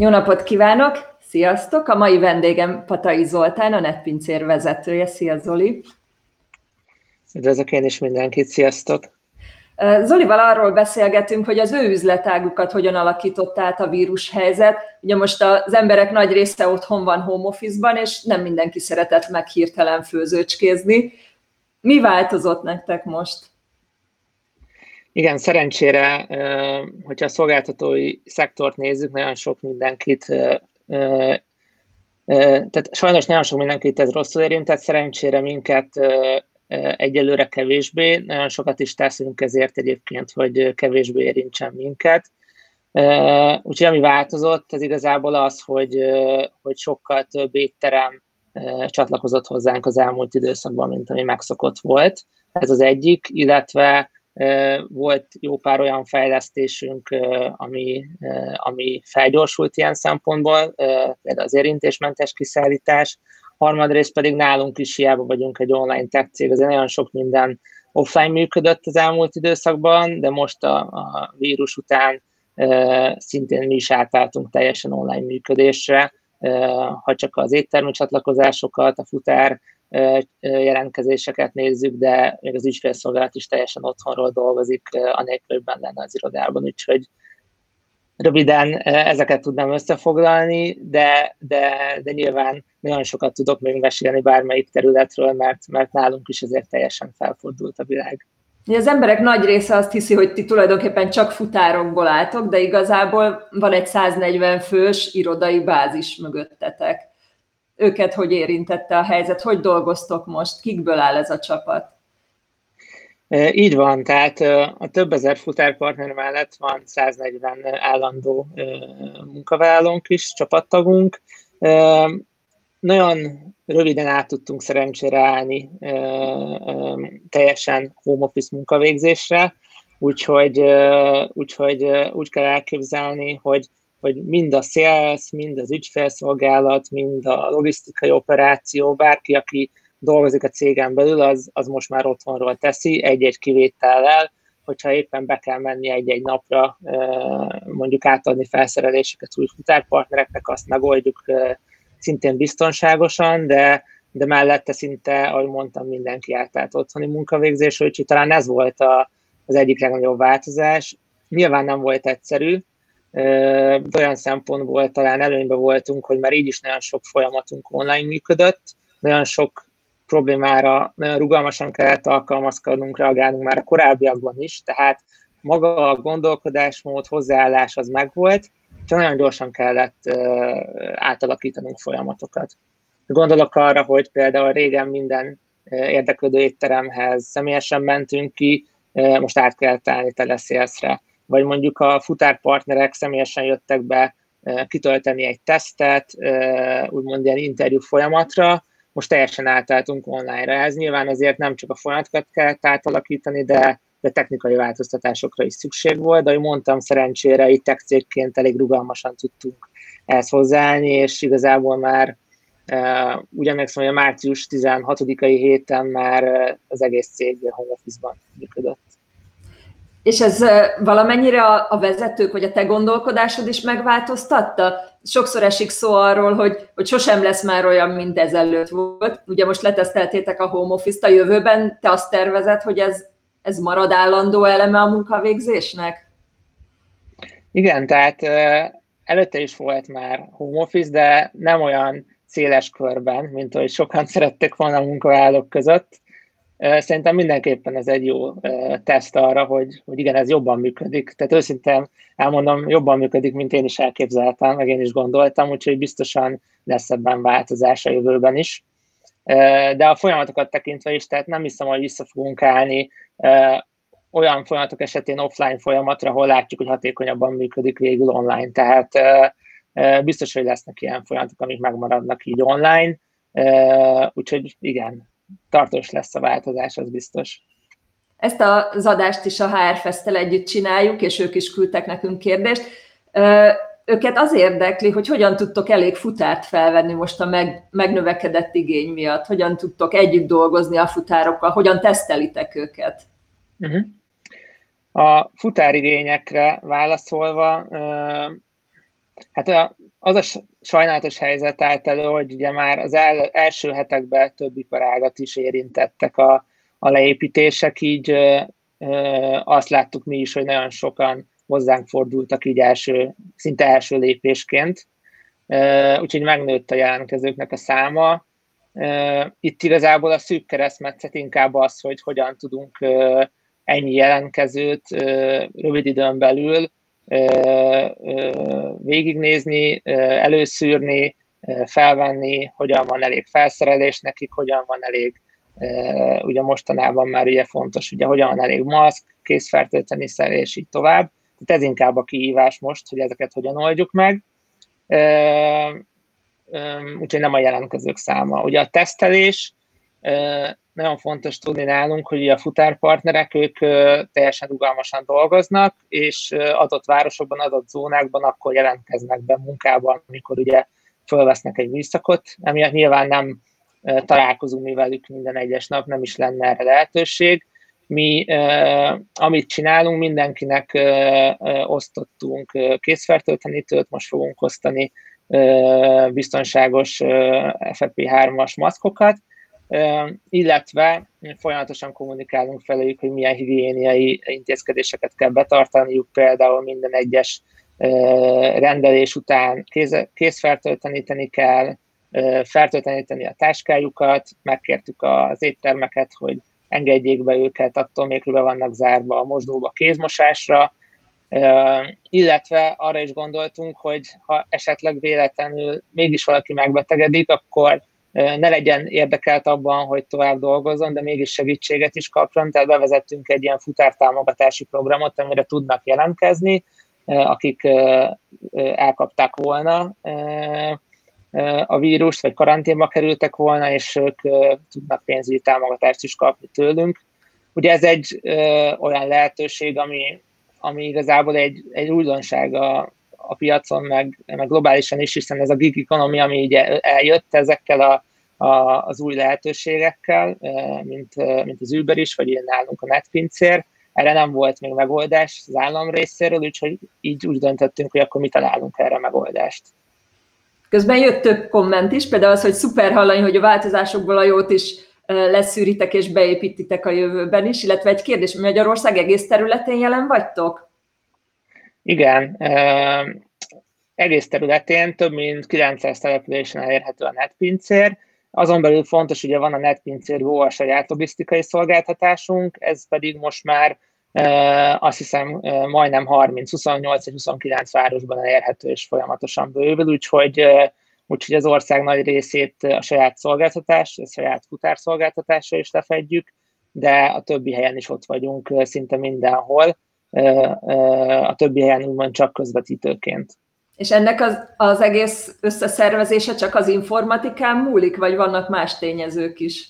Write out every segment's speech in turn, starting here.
Jó napot kívánok! Sziasztok! A mai vendégem Patai Zoltán, a Netpincér vezetője. Szia, Zoli! Üdvözlök én is mindenkit, sziasztok! Zolival arról beszélgetünk, hogy az ő üzletágukat hogyan alakított át a vírushelyzet. Ugye most az emberek nagy része otthon van home office-ban, és nem mindenki szeretett meg hirtelen főzőcskézni. Mi változott nektek most? Igen, szerencsére, hogyha a szolgáltatói szektort nézzük, nagyon sok mindenkit, tehát sajnos nagyon sok mindenkit ez rosszul érintett, szerencsére minket egyelőre kevésbé, nagyon sokat is teszünk ezért egyébként, hogy kevésbé érintsen minket. Úgyhogy ami változott, az igazából az, hogy sokkal több étterem csatlakozott hozzánk az elmúlt időszakban, mint ami megszokott volt. Ez az egyik, illetve volt jó pár olyan fejlesztésünk, ami felgyorsult ilyen szempontból, például az érintésmentes kiszállítás. Harmadrészt pedig nálunk is hiába vagyunk egy online tech cég, azért nagyon sok minden offline működött az elmúlt időszakban, de most a vírus után szintén mi is átálltunk teljesen online működésre, ha csak az éttermi csatlakozásokat, a futár jelentkezéseket nézzük, de még az ügyfélszolgálat is teljesen otthonról dolgozik, anélkül, hogy benne lenne az irodában, úgyhogy röviden ezeket tudnám összefoglalni, de nyilván nagyon sokat tudok még mesélni bármelyik területről, mert nálunk is ezért teljesen felfordult a világ. Az emberek nagy része azt hiszi, hogy ti tulajdonképpen csak futárokból álltok, de igazából van egy 140 fős irodai bázis mögöttetek. Őket hogy érintette a helyzet? Hogy dolgoztok most? Kikből áll ez a csapat? Így van, tehát a több ezer futárpartner mellett van 140 állandó munkavállalónk is, csapattagunk. Nagyon röviden át tudtunk szerencsére állni teljesen home office munkavégzésre, úgyhogy úgy kell elképzelni, hogy mind a sales, mind az ügyfélszolgálat, mind a logisztikai operáció, bárki, aki dolgozik a cégen belül, az most már otthonról teszi, egy-egy kivétellel, hogyha éppen be kell menni egy-egy napra, mondjuk átadni felszereléseket új futárpartnereknek, azt megoldjuk szintén biztonságosan, de mellette szinte, ahogy mondtam, mindenki átállt otthoni munkavégzés, úgyhogy talán ez volt az egyik legnagyobb változás. Nyilván nem volt egyszerű, olyan szempontból talán előnyben voltunk, hogy már így is nagyon sok folyamatunk online működött, nagyon sok problémára nagyon rugalmasan kellett alkalmazkodnunk, reagálnunk már a korábbiakban is, tehát maga a gondolkodásmód, hozzáállás az megvolt, csak nagyon gyorsan kellett átalakítanunk folyamatokat. Gondolok arra, hogy például régen minden érdeklődő étteremhez személyesen mentünk ki, most át kellett állni teleszélszre. Vagy mondjuk a futárpartnerek személyesen jöttek be kitölteni egy tesztet, úgymond ilyen interjú folyamatra, most teljesen átálltunk online-ra. Ez nyilván azért nem csak a folyamatokat kellett átalakítani, de technikai változtatásokra is szükség volt, de ahogy mondtam, szerencsére itt tech cégként elég rugalmasan tudtunk ehhez hozzáállni, és igazából már úgy emlékszem, hogy a március 16-ai héten már az egész cég home office-ban működött. És ez valamennyire a vezetők, vagy a te gondolkodásod is megváltoztatta? Sokszor esik szó arról, hogy sosem lesz már olyan, mint ezelőtt volt. Ugye most leteszteltétek a home office-t, a jövőben te azt tervezed, hogy ez marad állandó eleme a munkavégzésnek? Igen, tehát előtte is volt már home office, de nem olyan széles körben, mint ahogy sokan szerették volna a munkavállalók között. Szerintem mindenképpen ez egy jó teszt arra, hogy igen, ez jobban működik. Tehát őszintén elmondom, jobban működik, mint én is elképzeltem, meg én is gondoltam, úgyhogy biztosan lesz ebben változás a jövőben is. De a folyamatokat tekintve is, tehát nem hiszem, hogy vissza fogunk állni olyan folyamatok esetén offline folyamatra, ahol látjuk, hogy hatékonyabban működik végül online. Tehát biztos, hogy lesznek ilyen folyamatok, amik megmaradnak így online. Úgyhogy igen, tartós lesz a változás, az biztos. Ezt az adást is a HR Fest-tel együtt csináljuk, és ők is küldtek nekünk kérdést. Őket az érdekli, hogy hogyan tudtok elég futárt felvenni most a megnövekedett igény miatt, hogyan tudtok együtt dolgozni a futárokkal, hogyan tesztelitek őket. A futárigényekre válaszolva, hát az a sajnálatos helyzet állt elő, hogy ugye már az első hetekben több iparágat is érintettek a leépítések, így azt láttuk mi is, hogy nagyon sokan hozzánk fordultak így szinte első lépésként, úgyhogy megnőtt a jelentkezőknek a száma. Itt igazából a szűk keresztmetszet inkább az, hogy hogyan tudunk ennyi jelentkezőt rövid időn belül végignézni, előszűrni, felvenni, hogyan van elég felszerelés nekik, hogyan van elég, ugye mostanában már ugye fontos, ugye hogyan van elég maszk, készfertőtleníszer és így tovább. Tehát ez inkább a kihívás most, hogy ezeket hogyan oldjuk meg. Úgyhogy nem a jelentkezők száma. Ugye a tesztelés, nagyon fontos tudni nálunk, hogy a futárpartnerek, ők teljesen rugalmasan dolgoznak, és adott városokban, adott zónákban akkor jelentkeznek be munkában, amikor ugye fölvesznek egy műszakot. Emiatt nyilván nem találkozunk mi velük minden egyes nap, nem is lenne erre lehetőség. Mi, amit csinálunk, mindenkinek osztottunk készfertőtlenítőt, most fogunk osztani biztonságos FFP3-as maszkokat, illetve folyamatosan kommunikálunk feléjük, hogy milyen higiéniai intézkedéseket kell betartaniuk, például minden egyes rendelés után készfertőtleníteni kell, fertőtleníteni a táskájukat, megkértük az éttermeket, hogy engedjék be őket, attól még be vannak zárva a mosdóba kézmosásra, illetve arra is gondoltunk, hogy ha esetleg véletlenül mégis valaki megbetegedik, akkor ne legyen érdekelt abban, hogy tovább dolgozzon, de mégis segítséget is kapjon, tehát bevezettünk egy ilyen futártámogatási programot, amire tudnak jelentkezni, akik elkapták volna a vírust, vagy karanténba kerültek volna, és ők tudnak pénzügyi támogatást is kapni tőlünk. Ugye ez egy olyan lehetőség, ami igazából egy újdonság a piacon, meg globálisan is, hiszen ez a gig economy, ami így eljött ezekkel az új lehetőségekkel, mint az Uber is, vagy ilyen nálunk a netpincér. Erre nem volt még megoldás az állam részéről, úgyhogy így úgy döntöttünk, hogy akkor mi találunk erre megoldást. Közben jött több komment is, például az, hogy szuper hallani, hogy a változásokból a jót is leszűritek és beépítitek a jövőben is, illetve egy kérdés, Magyarország egész területén jelen vagytok? Igen, egész területén több mint 900 településen elérhető a netpincér. Azon belül fontos, ugye van a netpincér Go, a saját logisztikai szolgáltatásunk, ez pedig most már azt hiszem majdnem 30, 28 vagy 29 városban elérhető és folyamatosan bővül, úgyhogy az ország nagy részét a saját szolgáltatás, a saját futárszolgáltatásra is lefedjük, de a többi helyen is ott vagyunk szinte mindenhol, a többi helyen úgymond csak közvetítőként. És ennek az egész összeszervezése csak az informatikán múlik, vagy vannak más tényezők is?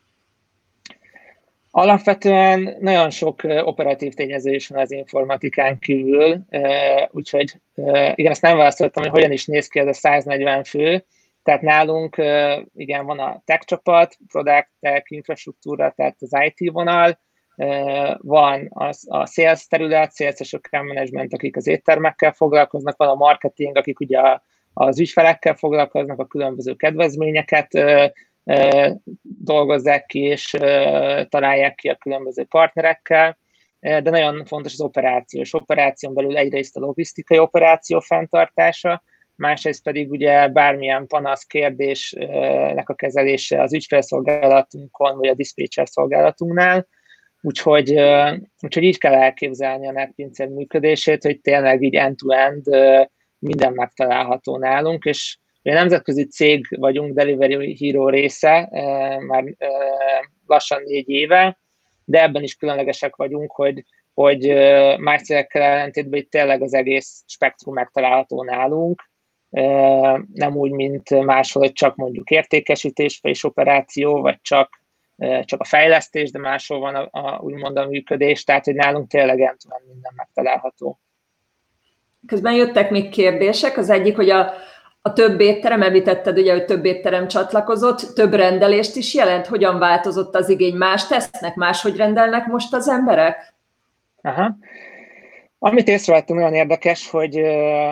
Alapvetően nagyon sok operatív tényező is van az informatikán kívül, úgyhogy igen, azt nem választottam, hogy hogyan is néz ki ez a 140 fő. Tehát nálunk igen, van a tech csapat, product, tech, infrastruktúra, tehát az IT vonal, van a sales terület, sales és account management, akik az éttermekkel foglalkoznak, van a marketing, akik ugye az ügyfelekkel foglalkoznak, a különböző kedvezményeket dolgozzák ki, és találják ki a különböző partnerekkel, de nagyon fontos az operáció, és operáción belül egyrészt a logisztikai operáció fenntartása, másrészt pedig ugye bármilyen panasz kérdésnek a kezelése az ügyfélszolgálatunkon, vagy a diszpécser szolgálatunknál, úgyhogy így kell elképzelni a netpincér működését, hogy tényleg így end-to-end minden megtalálható nálunk, és a nemzetközi cég vagyunk, Delivery Hero része, már lassan 4 éve, de ebben is különlegesek vagyunk, hogy más cégekkel ellentétben itt tényleg az egész spektrum megtalálható nálunk, nem úgy, mint máshol, hogy csak mondjuk értékesítés és operáció, vagy csak a fejlesztés, de máshol van úgymond a működés, tehát hogy nálunk tényleg end-to-end minden megtalálható. Közben jöttek még kérdések, az egyik, hogy a több étterem, említetted ugye, hogy több étterem csatlakozott, több rendelést is jelent? Hogyan változott az igény? Más tesznek, máshogy rendelnek most az emberek? Aha. Amit észrevettünk, nagyon érdekes, hogy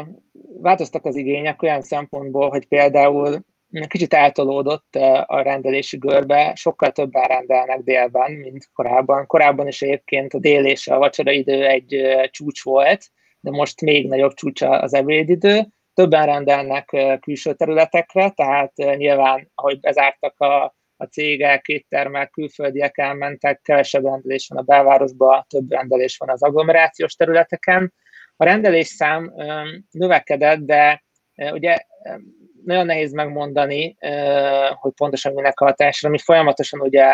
változtak az igények olyan szempontból, hogy például kicsit eltolódott a rendelési görbe, sokkal többen rendelnek délben, mint korábban. Korábban is egyébként a dél és a vacsoraidő egy csúcs volt, de most még nagyobb csúcs az ebédidő. Többen rendelnek külső területekre, tehát nyilván, ahogy bezártak a cégek, éttermek, külföldiek elmentek, kevesebb rendelés van a belvárosban, több rendelés van az agglomerációs területeken. A rendelésszám növekedett, de ugye nagyon nehéz megmondani, hogy pontosan minek a hatásra. Mi folyamatosan ugye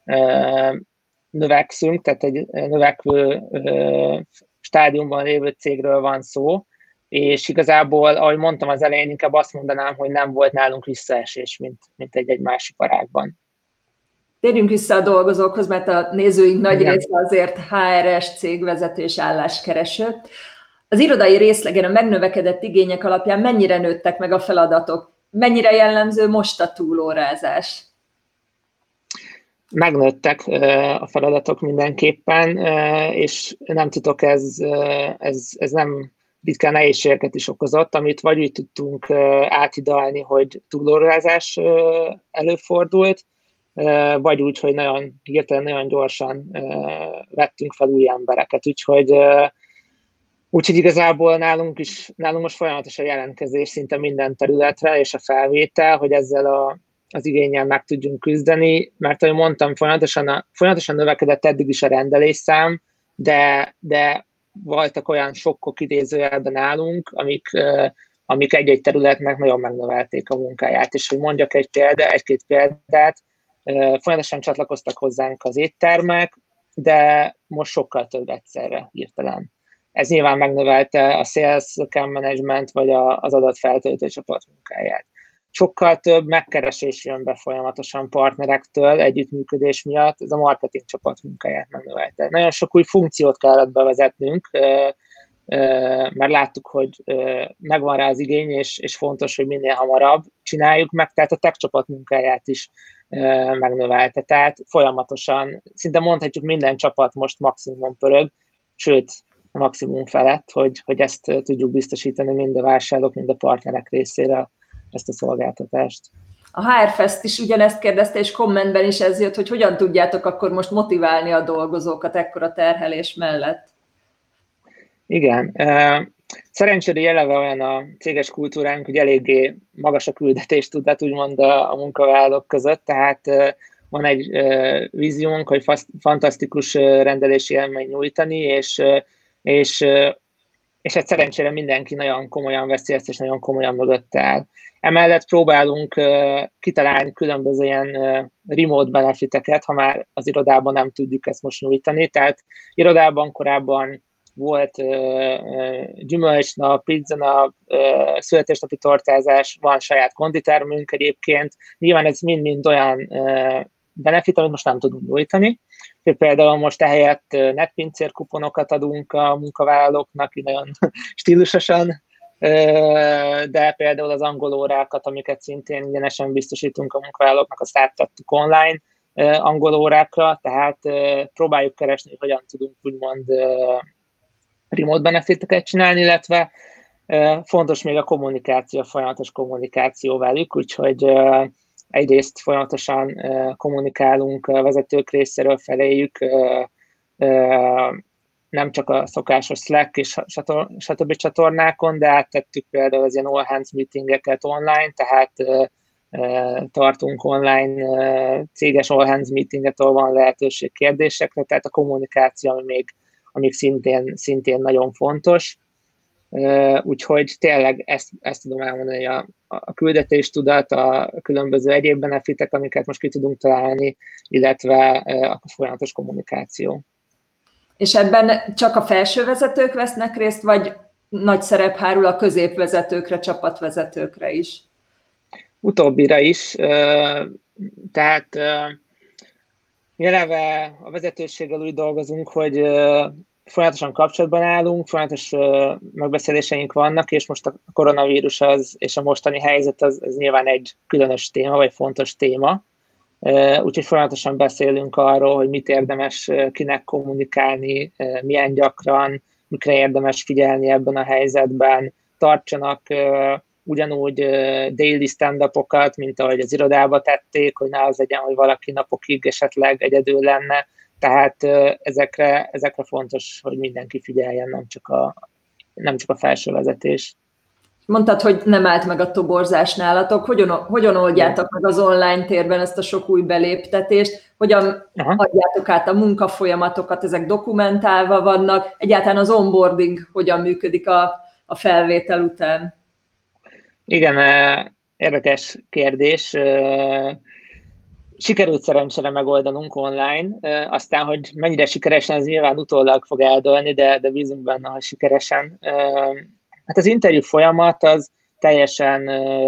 növekszünk, tehát egy növekvő stádiumban lévő cégről van szó, és igazából, ahogy mondtam az elején, inkább azt mondanám, hogy nem volt nálunk visszaesés, mint egy másik iparágban. Térjünk vissza a dolgozókhoz, mert a nézőink nagy része azért HRS cégvezetés álláskereső. Az irodai részlegen a megnövekedett igények alapján mennyire nőttek meg a feladatok? Mennyire jellemző most a túlórázás? Megnőttek a feladatok mindenképpen, és nem titok, ez nem ritkán nehézségeket is okozott, amit vagy úgy tudtunk átidalni, hogy túlórázás előfordult, vagy úgy, hogy nagyon hirtelen, nagyon gyorsan vettünk fel új embereket. Úgyhogy igazából nálunk most folyamatos a jelentkezés szinte minden területre, és a felvétel, hogy ezzel az igénnyel meg tudjunk küzdeni, mert ahogy mondtam, folyamatosan növekedett eddig is a rendelésszám, de voltak olyan sokkok idézőjelben nálunk, amik egy-egy területnek nagyon megnövelték a munkáját. És hogy mondjak egy-két példát, folyamatosan csatlakoztak hozzánk az éttermek, de most sokkal több egyszerre hirtelen. Ez nyilván megnövelte a sales, account management vagy az adatfeltöltő csapat munkáját. Sokkal több megkeresés jön be folyamatosan partnerektől együttműködés miatt, ez a marketing csapat munkáját megnövelte. Nagyon sok új funkciót kellett bevezetnünk, mert láttuk, hogy megvan rá az igény, és fontos, hogy minél hamarabb csináljuk meg, tehát a tech csapat munkáját is megnövelte. Tehát folyamatosan, szinte mondhatjuk, minden csapat most maximum pörög, sőt, a maximum felett, hogy ezt tudjuk biztosítani mind a vásárlók, mind a partnerek részére ezt a szolgáltatást. A HRFest is ugyanezt kérdezte, és kommentben is ez jött, hogy hogyan tudjátok akkor most motiválni a dolgozókat ekkora terhelés mellett? Igen. Szerencsére eleve olyan a céges kultúránk, hogy eléggé magas a küldetéstudat, úgymond a munkavállalók között, tehát van egy víziónk, hogy fantasztikus rendelési élmény nyújtani, és hát szerencsére mindenki nagyon komolyan veszi ezt, és nagyon komolyan mögötte áll. Emellett próbálunk kitalálni különböző ilyen remote benefiteket, ha már az irodában nem tudjuk ezt most nyújtani. Tehát irodában korábban volt gyümölcsnap, pizzanap, születésnapi tortázás, van saját konditermünk egyébként. Nyilván ez mind-mind olyan benefit, amit most nem tudunk nyújtani. Például most ehelyett netpincér kuponokat adunk a munkavállalóknak, nagyon stílusosan, de például az angol órákat, amiket szintén ingyenesen biztosítunk a munkavállalóknak, azt áttettük online angol órákra, tehát próbáljuk keresni, hogy hogyan tudunk úgymond remote benefiteket csinálni, illetve fontos még a kommunikáció, a folyamatos kommunikáció velük, úgyhogy egyrészt folyamatosan kommunikálunk a vezetők részéről feléjük, nem csak a szokásos Slack és stb. Csatornákon, de áttettük például az ilyen all hands meetingeket online, tehát tartunk online céges all hands meetinget, ahol van lehetőség kérdésekre, tehát a kommunikáció, ami szintén nagyon fontos. Úgyhogy tényleg ezt tudom elmondani, hogy a küldetéstudat, a különböző egyéb benefitek, amiket most ki tudunk találni, illetve a folyamatos kommunikáció. És ebben csak a felső vezetők vesznek részt, vagy nagy szerep hárul a középvezetőkre, csapatvezetőkre is? Utóbbira is. Tehát eleve a vezetőséggel úgy dolgozunk, hogy folyamatosan kapcsolatban állunk, folyamatos megbeszéléseink vannak, és most a koronavírus és a mostani helyzet az nyilván egy különös téma, vagy fontos téma. Úgyhogy folyamatosan beszélünk arról, hogy mit érdemes kinek kommunikálni, milyen gyakran, mikre érdemes figyelni ebben a helyzetben. tartsanak ugyanúgy daily stand-upokat, mint ahogy az irodába tették, hogy ne az legyen, hogy valaki napokig esetleg egyedül lenne. Tehát ezekre fontos, hogy mindenki figyeljen, nem csak a felső vezetés. Mondtad, hogy nem állt meg a toborzás nálatok. Hogyan oldjátok meg az online térben ezt a sok új beléptetést? Hogyan adjátok át a munkafolyamatokat? Ezek dokumentálva vannak? Egyáltalán az onboarding hogyan működik a felvétel után? Igen, érdekes kérdés. Sikerült szerencsére megoldanunk online, aztán, hogy mennyire sikeresen, ez nyilván utólag fog eldőlni, de bízunk benne, hogy sikeresen. Hát az interjú folyamat az teljesen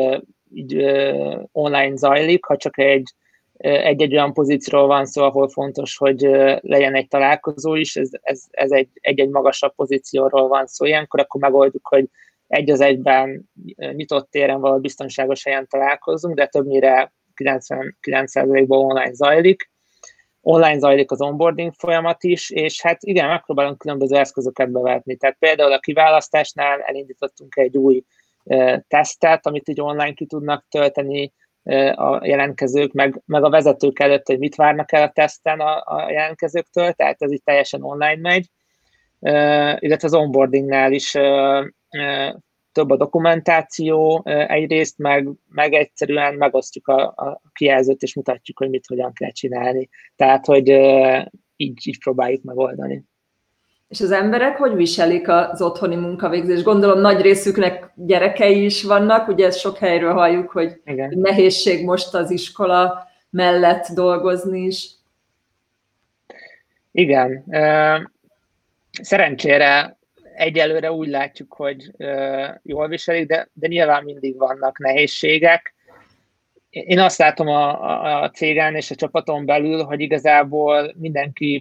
online zajlik, ha csak egy olyan pozícióról van szó, ahol fontos, hogy legyen egy találkozó is, ez egy magasabb pozícióról van szó. Ilyenkor akkor megoldjuk, hogy egy az egyben nyitott téren valahol biztonságos helyen találkozunk, de többnyire 99%-ban online zajlik. Online zajlik az onboarding folyamat is, és hát igen, megpróbálunk különböző eszközöket bevetni. Tehát például a kiválasztásnál elindítottunk egy új tesztet, amit így online ki tudnak tölteni a jelentkezők, meg a vezetők előtt, hogy mit várnak el a teszten a jelentkezőktől, tehát ez így teljesen online megy. Illetve az onboardingnál is több a dokumentáció egyrészt, meg egyszerűen megosztjuk a kijelzőt, és mutatjuk, hogy mit, hogyan kell csinálni. Tehát, hogy így próbáljuk megoldani. És az emberek hogy viselik az otthoni munkavégzést? Gondolom nagy részüknek gyerekei is vannak, ugye ezt sok helyről halljuk, hogy igen, nehézség most az iskola mellett dolgozni is. Igen. Szerencsére egyelőre úgy látjuk, hogy jól viselik, de nyilván mindig vannak nehézségek. Én azt látom a cégen és a csapaton belül, hogy igazából mindenki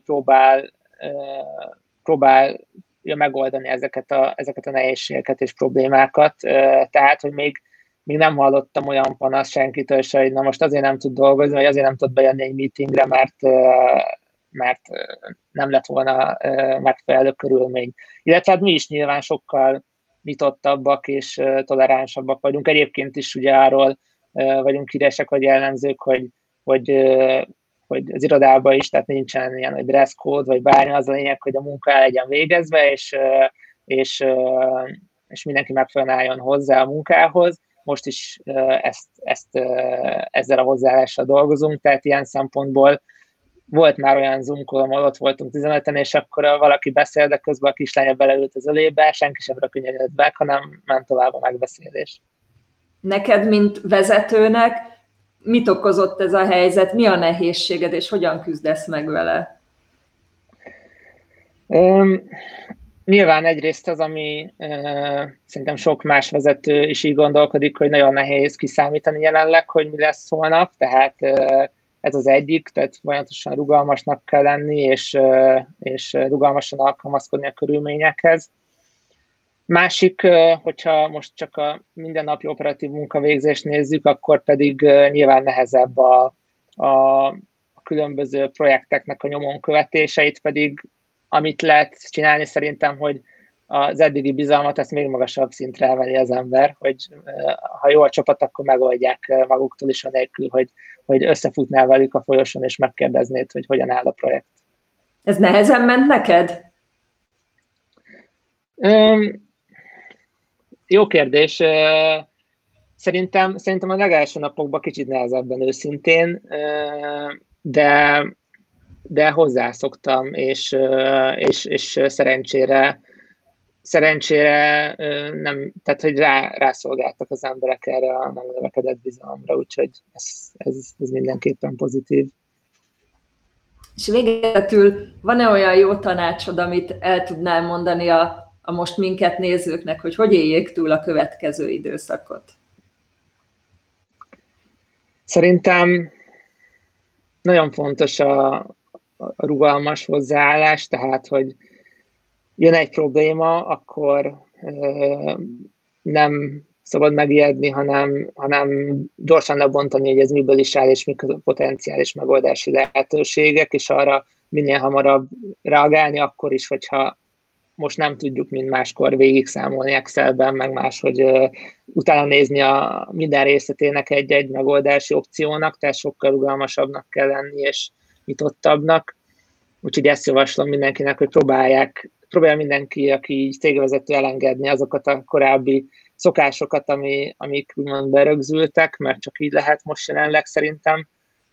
próbálja megoldani ezeket a nehézségeket és problémákat. Tehát, hogy még nem hallottam olyan panasz senkitől se, hogy na most azért nem tud dolgozni, vagy azért nem tud bejönni egy meetingre, mert nem lett volna megfelelő körülmény. Illetve hát mi is nyilván sokkal nyitottabbak és toleránsabbak vagyunk. Egyébként is ugye arról vagyunk híresek, vagy jellemzők, hogy az irodában is, tehát nincsen ilyen, hogy dress code, vagy bármi, az a lényeg, hogy a munka el legyen végezve, és mindenki megfelelően álljon hozzá a munkához. Most is ezzel a hozzáállással dolgozunk, tehát ilyen szempontból volt már olyan Zoom-kol, ahol ott voltunk 15-en, és akkor valaki beszél, de közben a kislánya beleült az ölébe, senki sem rökönyödött be, hanem ment tovább a megbeszélés. Neked, mint vezetőnek, mit okozott ez a helyzet? Mi a nehézséged, és hogyan küzdesz meg vele? Nyilván egyrészt az, ami szerintem sok más vezető is így gondolkodik, hogy nagyon nehéz kiszámítani jelenleg, hogy mi lesz holnap, tehát ez az egyik, tehát folyamatosan rugalmasnak kell lenni, és rugalmasan alkalmazkodni a körülményekhez. Másik, hogyha most csak a mindennapi operatív munkavégzést nézzük, akkor pedig nyilván nehezebb a különböző projekteknek a nyomon követéseit, pedig amit lehet csinálni szerintem, hogy az eddigi bizalmat ezt még magasabb szintre emeli az ember, hogy ha jó a csapat, akkor megoldják maguktól is, anélkül, hogy összefutnál velük a folyosón, és megkérdeznéd, hogy hogyan áll a projekt. Ez nehezen ment neked? Jó kérdés. Szerintem a legelső napokban kicsit nehezebben őszintén, de hozzászoktam, és szerencsére nem, tehát hogy rászolgáltak az emberek erre a nem növekedett bizalomra, úgyhogy ez mindenképpen pozitív. És végezetül van-e olyan jó tanácsod, amit el tudnál mondani a most minket nézőknek, hogy éljék túl a következő időszakot? Szerintem nagyon fontos a rugalmas hozzáállás, tehát, hogy jön egy probléma, akkor nem szabad megijedni, hanem gyorsan lebontani, hogy ez miből is áll, és mik a potenciális megoldási lehetőségek, és arra minél hamarabb reagálni, akkor is, hogyha most nem tudjuk, mint máskor végig számolni Excelben, meg máshogy utána nézni a minden részletének egy-egy megoldási opciónak, tehát sokkal rugalmasabbnak kell lenni, és nyitottabbnak. Úgyhogy ezt javaslom mindenkinek, hogy próbálja mindenki, aki így cégvezető, elengedni azokat a korábbi szokásokat, amik úgymond berögzültek, mert csak így lehet most jelenleg szerintem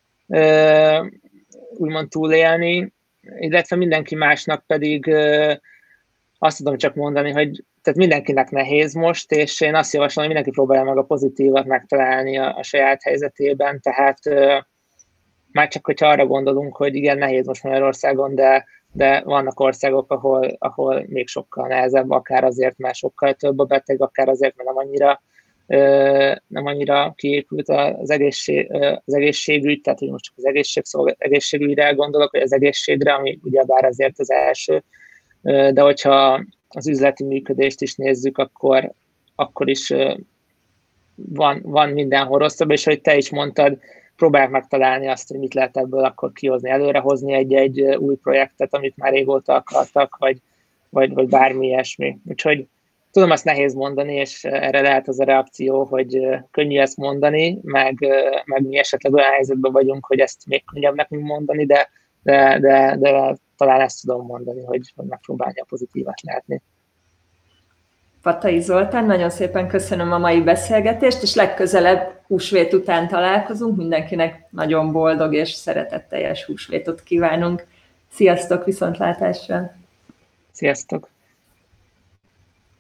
úgymond túlélni, illetve mindenki másnak pedig azt tudom csak mondani, hogy tehát mindenkinek nehéz most, és én azt javaslom, hogy mindenki próbálja meg a pozitívat megtalálni a saját helyzetében, tehát már csak, hogyha arra gondolunk, hogy igen, nehéz most Magyarországon, de vannak országok, ahol még sokkal nehezebb, akár azért, mert sokkal több a beteg, akár azért, mert nem annyira kiépült az egészségügy, tehát hogy most csak az egészségügyre gondolok, vagy az egészségre, ami ugyebár azért az első, de hogyha az üzleti működést is nézzük, akkor is van mindenhol rosszabb, és hogy te is mondtad, próbálják megtalálni azt, hogy mit lehet ebből akkor kihozni, előrehozni egy új projektet, amit már régóta akartak, vagy bármi ilyesmi. Úgyhogy tudom, azt nehéz mondani, és erre lehet az a reakció, hogy könnyű ezt mondani, meg mi esetleg olyan helyzetben vagyunk, hogy ezt még könnyebb nekünk mondani, de talán ezt tudom mondani, hogy megpróbálni a pozitívat látni. Pattai Zoltán, nagyon szépen köszönöm a mai beszélgetést, és legközelebb húsvét után találkozunk. Mindenkinek nagyon boldog és szeretetteljes húsvétot kívánunk. Sziasztok, viszontlátásra! Sziasztok!